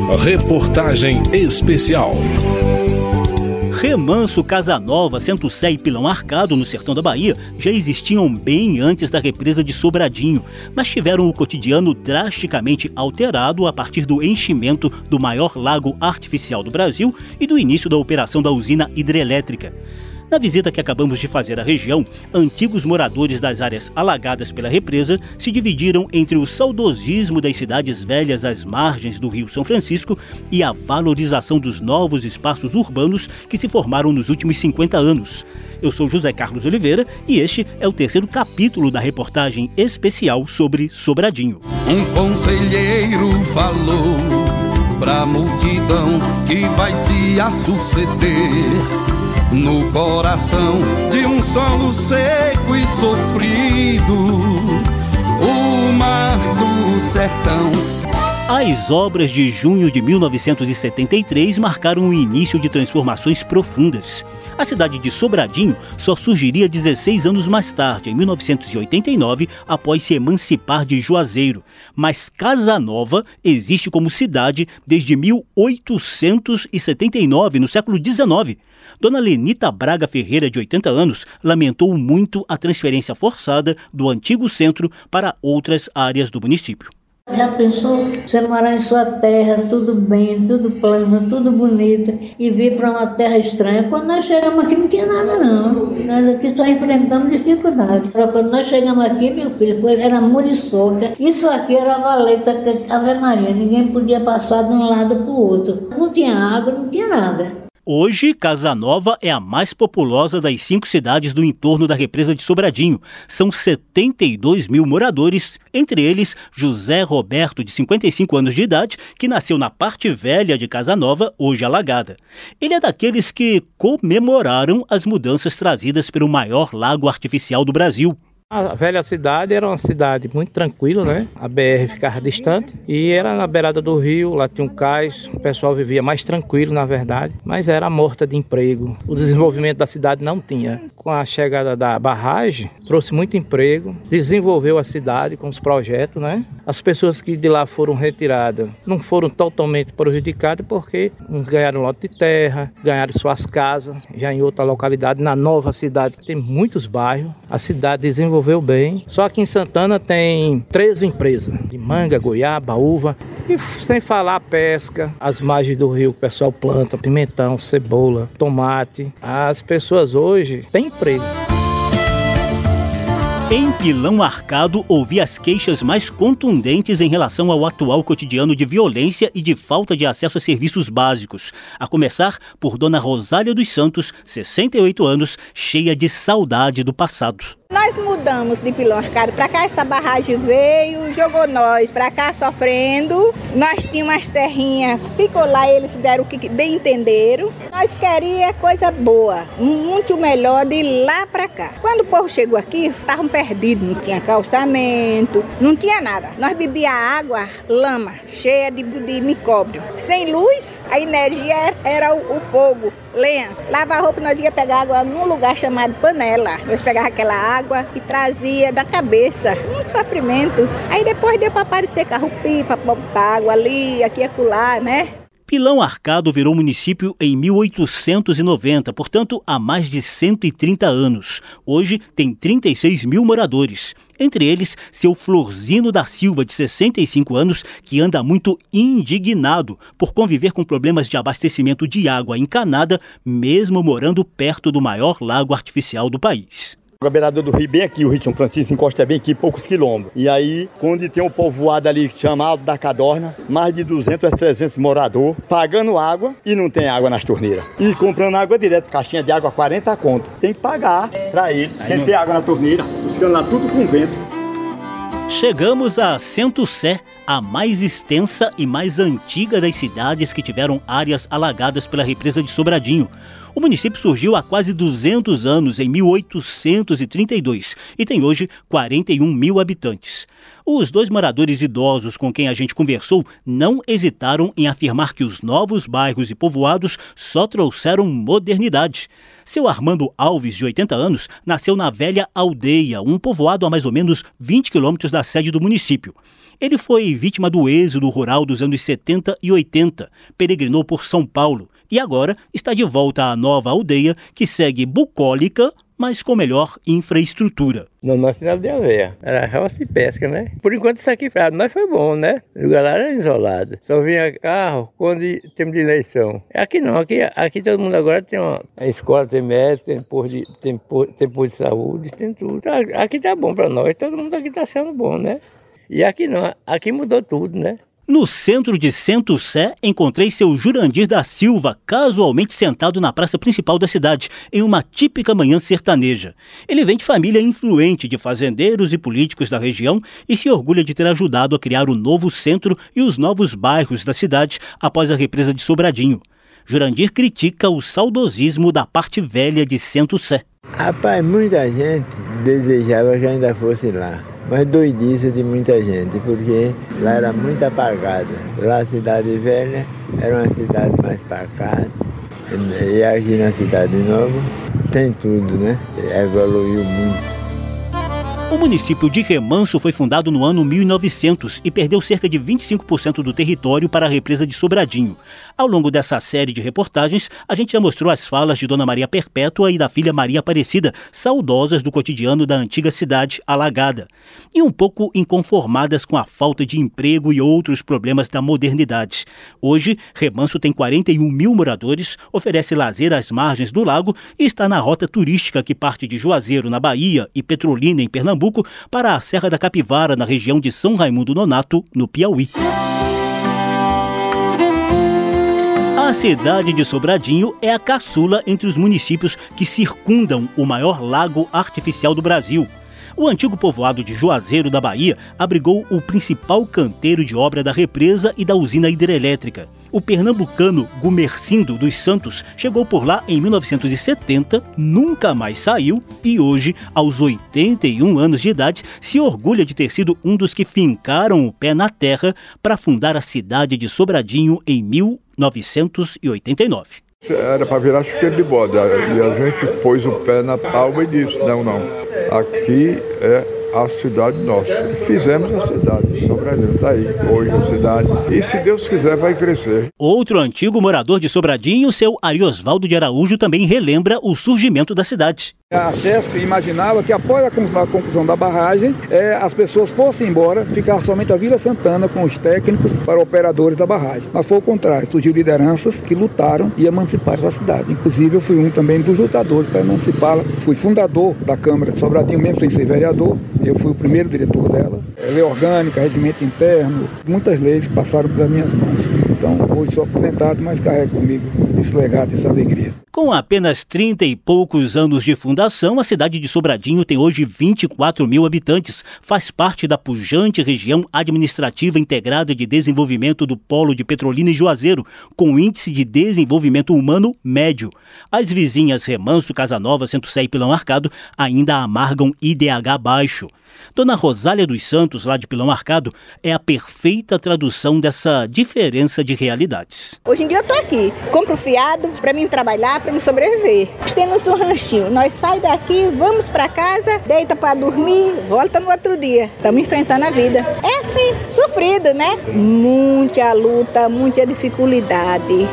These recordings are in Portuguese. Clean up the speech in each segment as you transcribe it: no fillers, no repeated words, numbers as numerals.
Reportagem especial. Remanso, Casa Nova, Centro Sé e Pilão Arcado, no sertão da Bahia, já existiam bem antes da represa de Sobradinho, mas tiveram o cotidiano drasticamente alterado a partir do enchimento do maior lago artificial do Brasil e do início da operação da usina hidrelétrica. Na visita que acabamos de fazer à região, antigos moradores das áreas alagadas pela represa se dividiram entre o saudosismo das cidades velhas às margens do Rio São Francisco e a valorização dos novos espaços urbanos que se formaram nos últimos 50 anos. Eu sou José Carlos Oliveira e este é o terceiro capítulo da reportagem especial sobre Sobradinho. Um conselheiro falou pra multidão que vai se a suceder no coração de um solo seco e sofrido, o mar do sertão. As obras de junho de 1973 marcaram o início de transformações profundas. A cidade de Sobradinho só surgiria 16 anos mais tarde, em 1989, após se emancipar de Juazeiro. Mas Casa Nova existe como cidade desde 1879, no século XIX. Dona Lenita Braga Ferreira, de 80 anos, lamentou muito a transferência forçada do antigo centro para outras áreas do município. Já pensou você morar em sua terra, tudo bem, tudo plano, tudo bonito, e vir para uma terra estranha? Quando nós chegamos aqui não tinha nada não, nós aqui só enfrentamos dificuldades. Quando nós chegamos aqui, meu filho, era muriçoca, isso aqui era valeta, Ave Maria, ninguém podia passar de um lado para o outro. Não tinha água, não tinha nada. Hoje, Casa Nova é a mais populosa das 5 cidades do entorno da represa de Sobradinho. São 72 mil moradores, entre eles José Roberto, de 55 anos de idade, que nasceu na parte velha de Casa Nova, hoje alagada. Ele é daqueles que comemoraram as mudanças trazidas pelo maior lago artificial do Brasil. A velha cidade era uma cidade muito tranquila, né? A BR ficava distante e era na beirada do rio, lá tinha um cais, o pessoal vivia mais tranquilo, na verdade, mas era morta de emprego. O desenvolvimento da cidade não tinha. Com a chegada da barragem, trouxe muito emprego, desenvolveu a cidade com os projetos, né? As pessoas que de lá foram retiradas não foram totalmente prejudicadas porque uns ganharam lote de terra, ganharam suas casas, já em outra localidade, na nova cidade, tem muitos bairros, a cidade desenvolveu bem. Só aqui em Santana tem 13 empresas, de manga, goiaba, uva, e sem falar a pesca, as margens do rio, o pessoal planta pimentão, cebola, tomate. As pessoas hoje têm emprego. Em Pilão Arcado, ouvi as queixas mais contundentes em relação ao atual cotidiano de violência e de falta de acesso a serviços básicos. A começar por Dona Rosália dos Santos, 68 anos, cheia de saudade do passado. Nós mudamos de Pilão Arcado para cá, essa barragem veio, jogou nós para cá sofrendo. Nós tínhamos umas terrinhas, ficou lá, eles deram o que bem entenderam. Nós queríamos coisa boa, muito melhor de lá para cá. Quando o povo chegou aqui, estavam perdidos, não tinha calçamento, não tinha nada. Nós bebíamos água, lama, cheia de micróbio. Sem luz, a energia era o fogo, lenha. Lavar roupa, nós ia pegar água num lugar chamado panela. Nós pegávamos aquela água e trazia da cabeça, muito sofrimento. Aí depois deu para aparecer carro-pipa, botar água ali, aqui e acolá, né? Pilão Arcado virou município em 1890, portanto há mais de 130 anos. Hoje tem 36 mil moradores. Entre eles, seu Florzino da Silva, de 65 anos, que anda muito indignado por conviver com problemas de abastecimento de água encanada, mesmo morando perto do maior lago artificial do país. A beirada do rio bem aqui, o Rio São Francisco encosta bem aqui, poucos quilômetros. E aí, quando tem um povoado ali chamado da Cadorna, mais de 200 a 300 moradores, pagando água e não tem água nas torneiras. E comprando água direto, caixinha de água 40 conto. Tem que pagar para eles, sem ter água na torneira, buscando lá tudo com vento. Chegamos a Centro Sé, a mais extensa e mais antiga das cidades que tiveram áreas alagadas pela represa de Sobradinho. O município surgiu há quase 200 anos, em 1832, e tem hoje 41 mil habitantes. Os 2 moradores idosos com quem a gente conversou não hesitaram em afirmar que os novos bairros e povoados só trouxeram modernidade. Seu Armando Alves, de 80 anos, nasceu na Velha Aldeia, um povoado a mais ou menos 20 quilômetros da sede do município. Ele foi vítima do êxodo rural dos anos 70 e 80, peregrinou por São Paulo e agora está de volta à nova aldeia que segue bucólica, mas com melhor infraestrutura. No nosso final de aldeia, era roça e pesca, né? Por enquanto isso aqui para nós foi bom, né? O galera era isolado, só vinha carro quando tempo de eleição. Aqui não, aqui todo mundo agora tem uma escola, tem médico, tem posto de saúde, tem tudo. Aqui tá bom para nós, todo mundo aqui tá achando bom, né? E aqui não, aqui mudou tudo, né? No centro de Centro-Sé, encontrei seu Jurandir da Silva casualmente sentado na praça principal da cidade, em uma típica manhã sertaneja. Ele vem de família influente de fazendeiros e políticos da região e se orgulha de ter ajudado a criar o novo centro e os novos bairros da cidade após a represa de Sobradinho. Jurandir critica o saudosismo da parte velha de Centro-Sé. Rapaz, muita gente desejava que ainda fosse lá. Mas doidice de muita gente, porque lá era muito apagada. Lá a cidade velha era uma cidade mais pacata. E aqui na cidade nova tem tudo, né? Evoluiu muito. O município de Remanso foi fundado no ano 1900 e perdeu cerca de 25% do território para a represa de Sobradinho. Ao longo dessa série de reportagens, a gente já mostrou as falas de Dona Maria Perpétua e da filha Maria Aparecida, saudosas do cotidiano da antiga cidade alagada. E um pouco inconformadas com a falta de emprego e outros problemas da modernidade. Hoje, Remanso tem 41 mil moradores, oferece lazer às margens do lago e está na rota turística que parte de Juazeiro, na Bahia, e Petrolina, em Pernambuco, para a Serra da Capivara, na região de São Raimundo Nonato, no Piauí. A cidade de Sobradinho é a caçula entre os municípios que circundam o maior lago artificial do Brasil. O antigo povoado de Juazeiro, da Bahia, abrigou o principal canteiro de obra da represa e da usina hidrelétrica. O pernambucano Gumercindo dos Santos chegou por lá em 1970, nunca mais saiu e hoje, aos 81 anos de idade, se orgulha de ter sido um dos que fincaram o pé na terra para fundar a cidade de Sobradinho em 1989. Era para virar chiqueiro de bode e a gente pôs o pé na tábua e disse, não, aqui é a cidade nossa. Fizemos a cidade, Sobradinho está aí, hoje a cidade, e se Deus quiser vai crescer. Outro antigo morador de Sobradinho, seu Ariosvaldo de Araújo, também relembra o surgimento da cidade. A CES imaginava que após a conclusão da barragem, as pessoas fossem embora, ficar somente a Vila Santana com os técnicos para operadores da barragem. Mas foi o contrário, surgiu lideranças que lutaram e emanciparam essa cidade. Inclusive eu fui um também dos lutadores para emancipá-la. Fui fundador da Câmara de Sobradinho, mesmo sem ser vereador. Eu fui o primeiro diretor dela. Lei orgânica, regimento interno, muitas leis passaram pelas minhas mãos. Então hoje sou aposentado, mas carrego comigo esse legado, essa alegria. Com apenas 30 e poucos anos de fundação, a cidade de Sobradinho tem hoje 24 mil habitantes. Faz parte da pujante região administrativa integrada de desenvolvimento do Polo de Petrolina e Juazeiro, com índice de desenvolvimento humano médio. As vizinhas Remanso, Casanova, Centro-Sé e Pilão Arcado ainda amargam IDH baixo. Dona Rosália dos Santos, lá de Pilão Arcado, é a perfeita tradução dessa diferença de realidades. Hoje em dia eu tô aqui, compro fiado para mim trabalhar, para mim sobreviver. Nós temos um ranchinho, nós saímos daqui, vamos para casa, deita para dormir, volta no outro dia. Estamos enfrentando a vida. É assim, sofrido, né? Muita luta, muita dificuldade.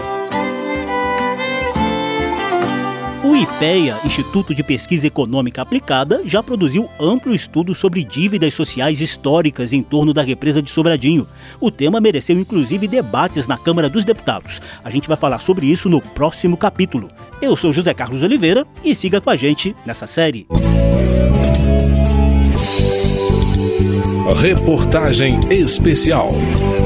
O IPEA, Instituto de Pesquisa Econômica Aplicada, já produziu amplo estudo sobre dívidas sociais históricas em torno da represa de Sobradinho. O tema mereceu inclusive debates na Câmara dos Deputados. A gente vai falar sobre isso no próximo capítulo. Eu sou José Carlos Oliveira e siga com a gente nessa série. Reportagem especial.